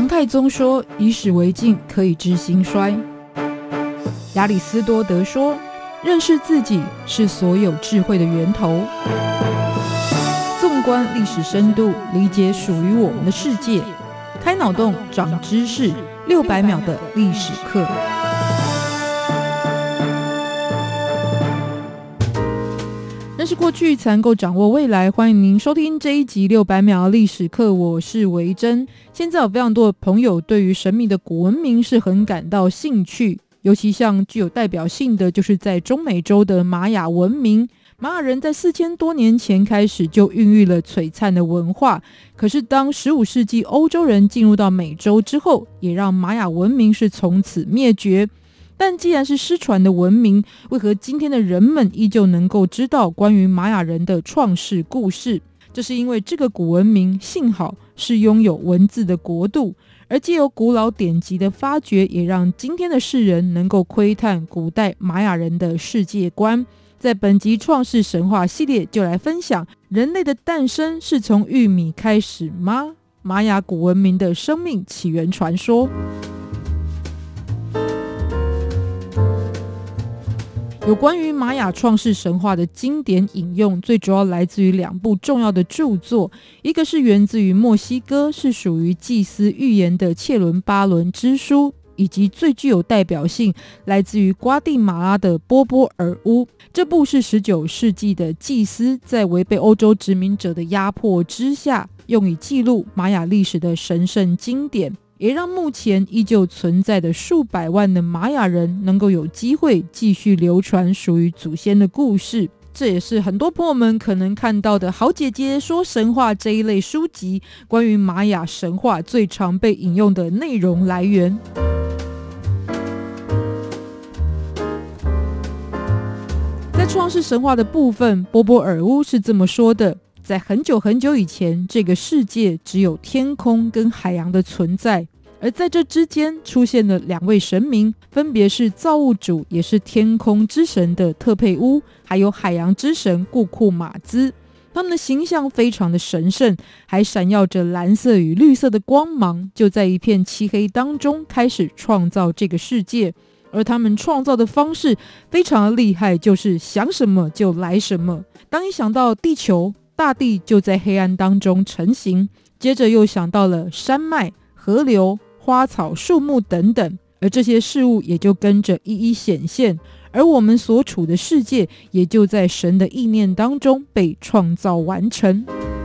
唐太宗说，以史为镜，可以知兴衰。亚里斯多德说，认识自己是所有智慧的源头。纵观历史深度，理解属于我们的世界，开脑洞，长知识，600秒的历史课。认识过去才能够掌握未来，欢迎您收听这一集600秒历史课，我是维珍。现在有非常多的朋友对于神秘的古文明是很感到兴趣，尤其像具有代表性的就是在中美洲的玛雅文明。玛雅人在4000多年前开始就孕育了璀璨的文化，可是当15世纪欧洲人进入到美洲之后，也让玛雅文明是从此灭绝。但既然是失传的文明，为何今天的人们依旧能够知道关于玛雅人的创世故事？这是因为这个古文明幸好是拥有文字的国度，而藉由古老典籍的发掘，也让今天的世人能够窥探古代玛雅人的世界观。在本集创世神话系列就来分享，人类的诞生是从玉米开始吗？玛雅古文明的生命起源传说。有关于玛雅创世神话的经典引用，最主要来自于2部重要的著作，一个是源自于墨西哥，是属于祭司预言的切伦巴伦之书，以及最具有代表性来自于瓜地马拉的波波尔乌。这部是19世纪的祭司在违背欧洲殖民者的压迫之下，用以记录玛雅历史的神圣经典，也让目前依旧存在的数百万的玛雅人能够有机会继续流传属于祖先的故事。这也是很多朋友们可能看到的好姐姐说神话这一类书籍关于玛雅神话最常被引用的内容来源。在创世神话的部分，波波尔乌是这么说的，在很久很久以前，这个世界只有天空跟海洋的存在，而在这之间出现了2位神明，分别是造物主也是天空之神的特佩乌，还有海洋之神顾库马兹。他们的形象非常的神圣，还闪耀着蓝色与绿色的光芒，就在一片漆黑当中开始创造这个世界。而他们创造的方式非常的厉害，就是想什么就来什么。当一想到地球，大地就在黑暗当中成型，接着又想到了山脉、河流、花草、树木等等，而这些事物也就跟着一一显现，而我们所处的世界也就在神的意念当中被创造完成。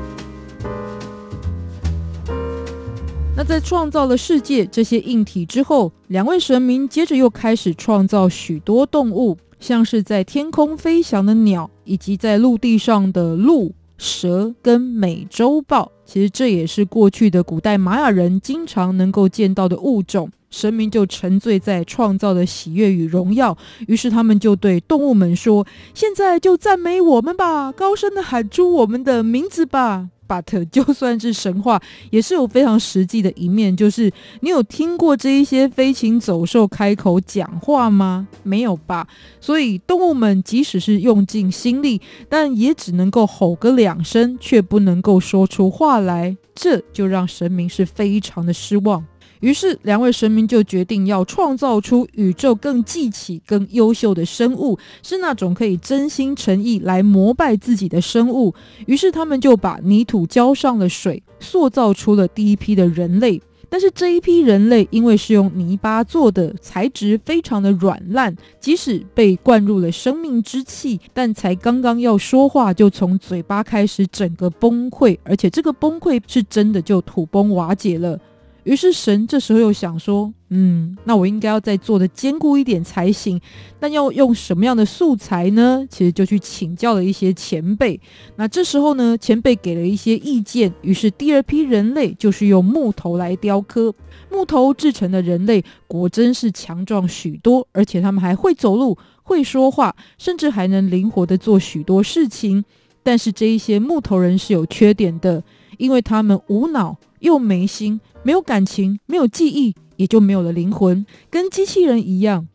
那在创造了世界这些硬体之后，2位神明接着又开始创造许多动物，像是在天空飞翔的鸟，以及在陆地上的鹿、蛇跟美洲豹。其实这也是过去的古代玛雅人经常能够见到的物种。神明就沉醉在创造的喜悦与荣耀，于是他们就对动物们说，现在就赞美我们吧，高声的喊出我们的名字吧。But 就算是神话也是有非常实际的一面，就是你有听过这一些飞禽走兽开口讲话吗？没有吧。所以动物们即使是用尽心力，但也只能够吼个2声，却不能够说出话来，这就让神明是非常的失望。于是2位神明就决定要创造出宇宙更记起、更优秀的生物，是那种可以真心诚意来膜拜自己的生物。于是他们就把泥土浇上了水，塑造出了第一批的人类。但是这一批人类因为是用泥巴做的，材质非常的软烂，即使被灌入了生命之气，但才刚刚要说话，就从嘴巴开始整个崩溃，而且这个崩溃是真的就土崩瓦解了。于是神这时候又想说，那我应该要再做的坚固一点才行，但要用什么样的素材呢？其实就去请教了一些前辈。那这时候呢，前辈给了一些意见，于是第2批人类就是用木头来雕刻。木头制成的人类果真是强壮许多，而且他们还会走路、会说话，甚至还能灵活的做许多事情。但是这一些木头人是有缺点的，因为他们无脑又没心，没有感情，没有记忆，也就没有了灵魂，跟机器人一样。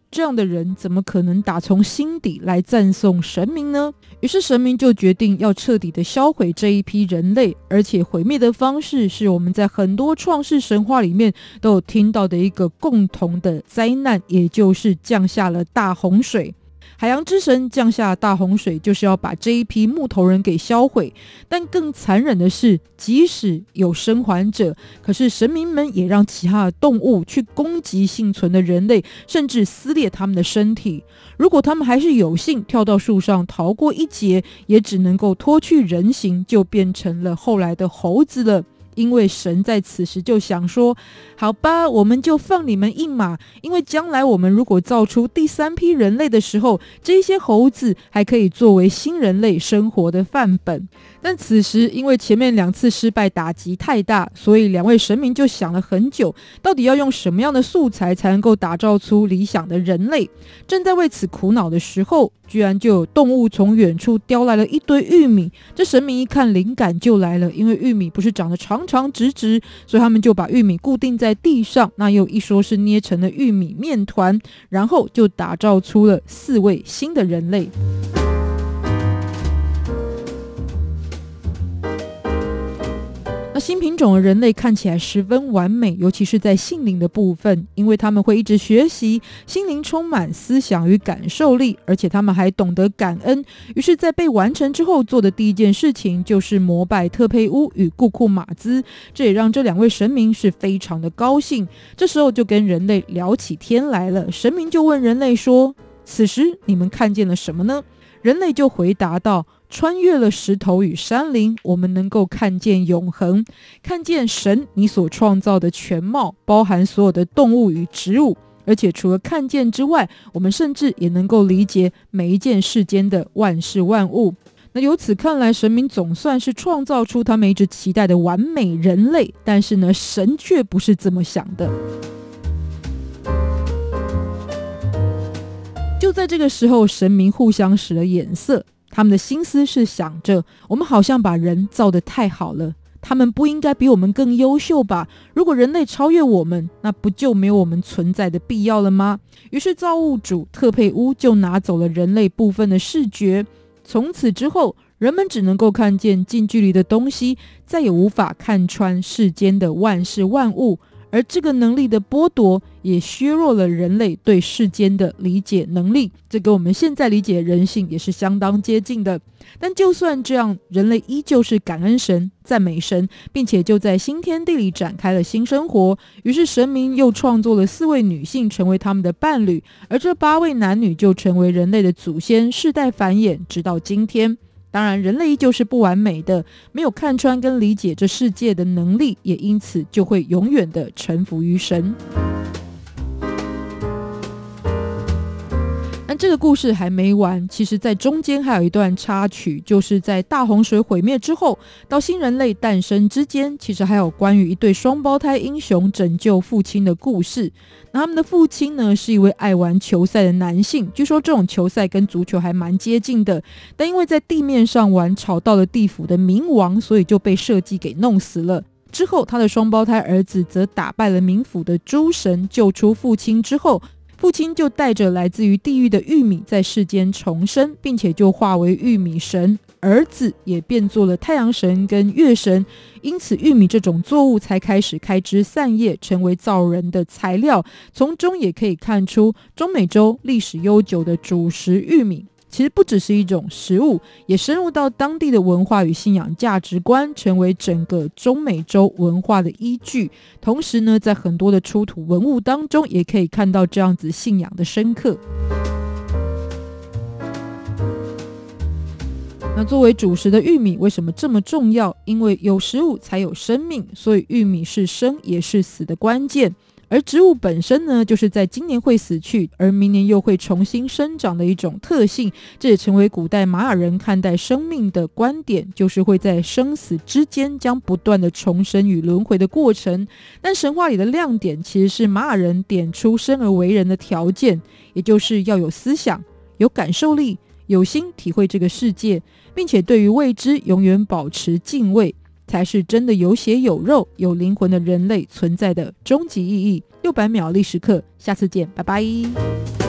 这样的人怎么可能打从心底来赞颂神明呢？于是神明就决定要彻底的销毁这一批人类，而且毁灭的方式是我们在很多创世神话里面都有听到的一个共同的灾难，也就是降下了大洪水。海洋之神降下大洪水，就是要把这一批木头人给销毁。但更残忍的是，即使有生还者，可是神明们也让其他的动物去攻击幸存的人类，甚至撕裂他们的身体。如果他们还是有幸跳到树上逃过一劫，也只能够脱去人形，就变成了后来的猴子了。因为神在此时就想说，好吧，我们就放你们一马，因为将来我们如果造出第3批人类的时候，这些猴子还可以作为新人类生活的范本。但此时因为前面2次失败打击太大，所以2位神明就想了很久，到底要用什么样的素材才能够打造出理想的人类。正在为此苦恼的时候，居然就有动物从远处叼来了一堆玉米。这神明一看，灵感就来了，因为玉米不是长得长长直直，所以他们就把玉米固定在地上，那又一说是捏成了玉米面团，然后就打造出了4位新的人类。那新品种的人类看起来十分完美，尤其是在心灵的部分，因为他们会一直学习，心灵充满思想与感受力，而且他们还懂得感恩。于是在被完成之后做的第一件事情就是膜拜特佩乌与库库马兹，这也让这2位神明是非常的高兴。这时候就跟人类聊起天来了，神明就问人类说，此时你们看见了什么呢？人类就回答道，穿越了石头与山林，我们能够看见永恒，看见神你所创造的全貌，包含所有的动物与植物。而且除了看见之外，我们甚至也能够理解每一件世间的万事万物。那由此看来，神明总算是创造出他们一直期待的完美人类，但是呢，神却不是这么想的。就在这个时候，神明互相使了眼色，他们的心思是想着，我们好像把人造得太好了，他们不应该比我们更优秀吧？如果人类超越我们，那不就没有我们存在的必要了吗？于是造物主特佩乌就拿走了人类部分的视觉，从此之后，人们只能够看见近距离的东西，再也无法看穿世间的万事万物。而这个能力的剥夺也削弱了人类对世间的理解能力，这跟我们现在理解人性也是相当接近的。但就算这样，人类依旧是感恩神、赞美神，并且就在新天地里展开了新生活。于是神明又创作了4位女性成为他们的伴侣，而这8位男女就成为人类的祖先，世代繁衍，直到今天。当然人类依旧是不完美的，没有看穿跟理解这世界的能力，也因此就会永远的臣服于神。但这个故事还没完，其实在中间还有一段插曲，就是在大洪水毁灭之后到新人类诞生之间，其实还有关于一对双胞胎英雄拯救父亲的故事。那他们的父亲呢，是一位爱玩球赛的男性，据说这种球赛跟足球还蛮接近的，但因为在地面上玩吵到了地府的冥王，所以就被设计给弄死了。之后他的双胞胎儿子则打败了冥府的诸神，救出父亲之后，父亲就带着来自于地狱的玉米在世间重生，并且就化为玉米神，儿子也变作了太阳神跟月神，因此玉米这种作物才开始开枝散叶，成为造人的材料。从中也可以看出中美洲历史悠久的主食玉米其实不只是一种食物，也深入到当地的文化与信仰价值观，成为整个中美洲文化的依据。同时呢，在很多的出土文物当中也可以看到这样子信仰的深刻。那作为主食的玉米为什么这么重要？因为有食物才有生命，所以玉米是生也是死的关键。而植物本身呢，就是在今年会死去，而明年又会重新生长的一种特性。这也成为古代玛雅人看待生命的观点，就是会在生死之间将不断的重生与轮回的过程。但神话里的亮点其实是玛雅人点出生而为人的条件，也就是要有思想、有感受力、有心体会这个世界，并且对于未知永远保持敬畏，才是真的有血有肉有灵魂的人类存在的终极意义。600秒历史课，下次见，拜拜。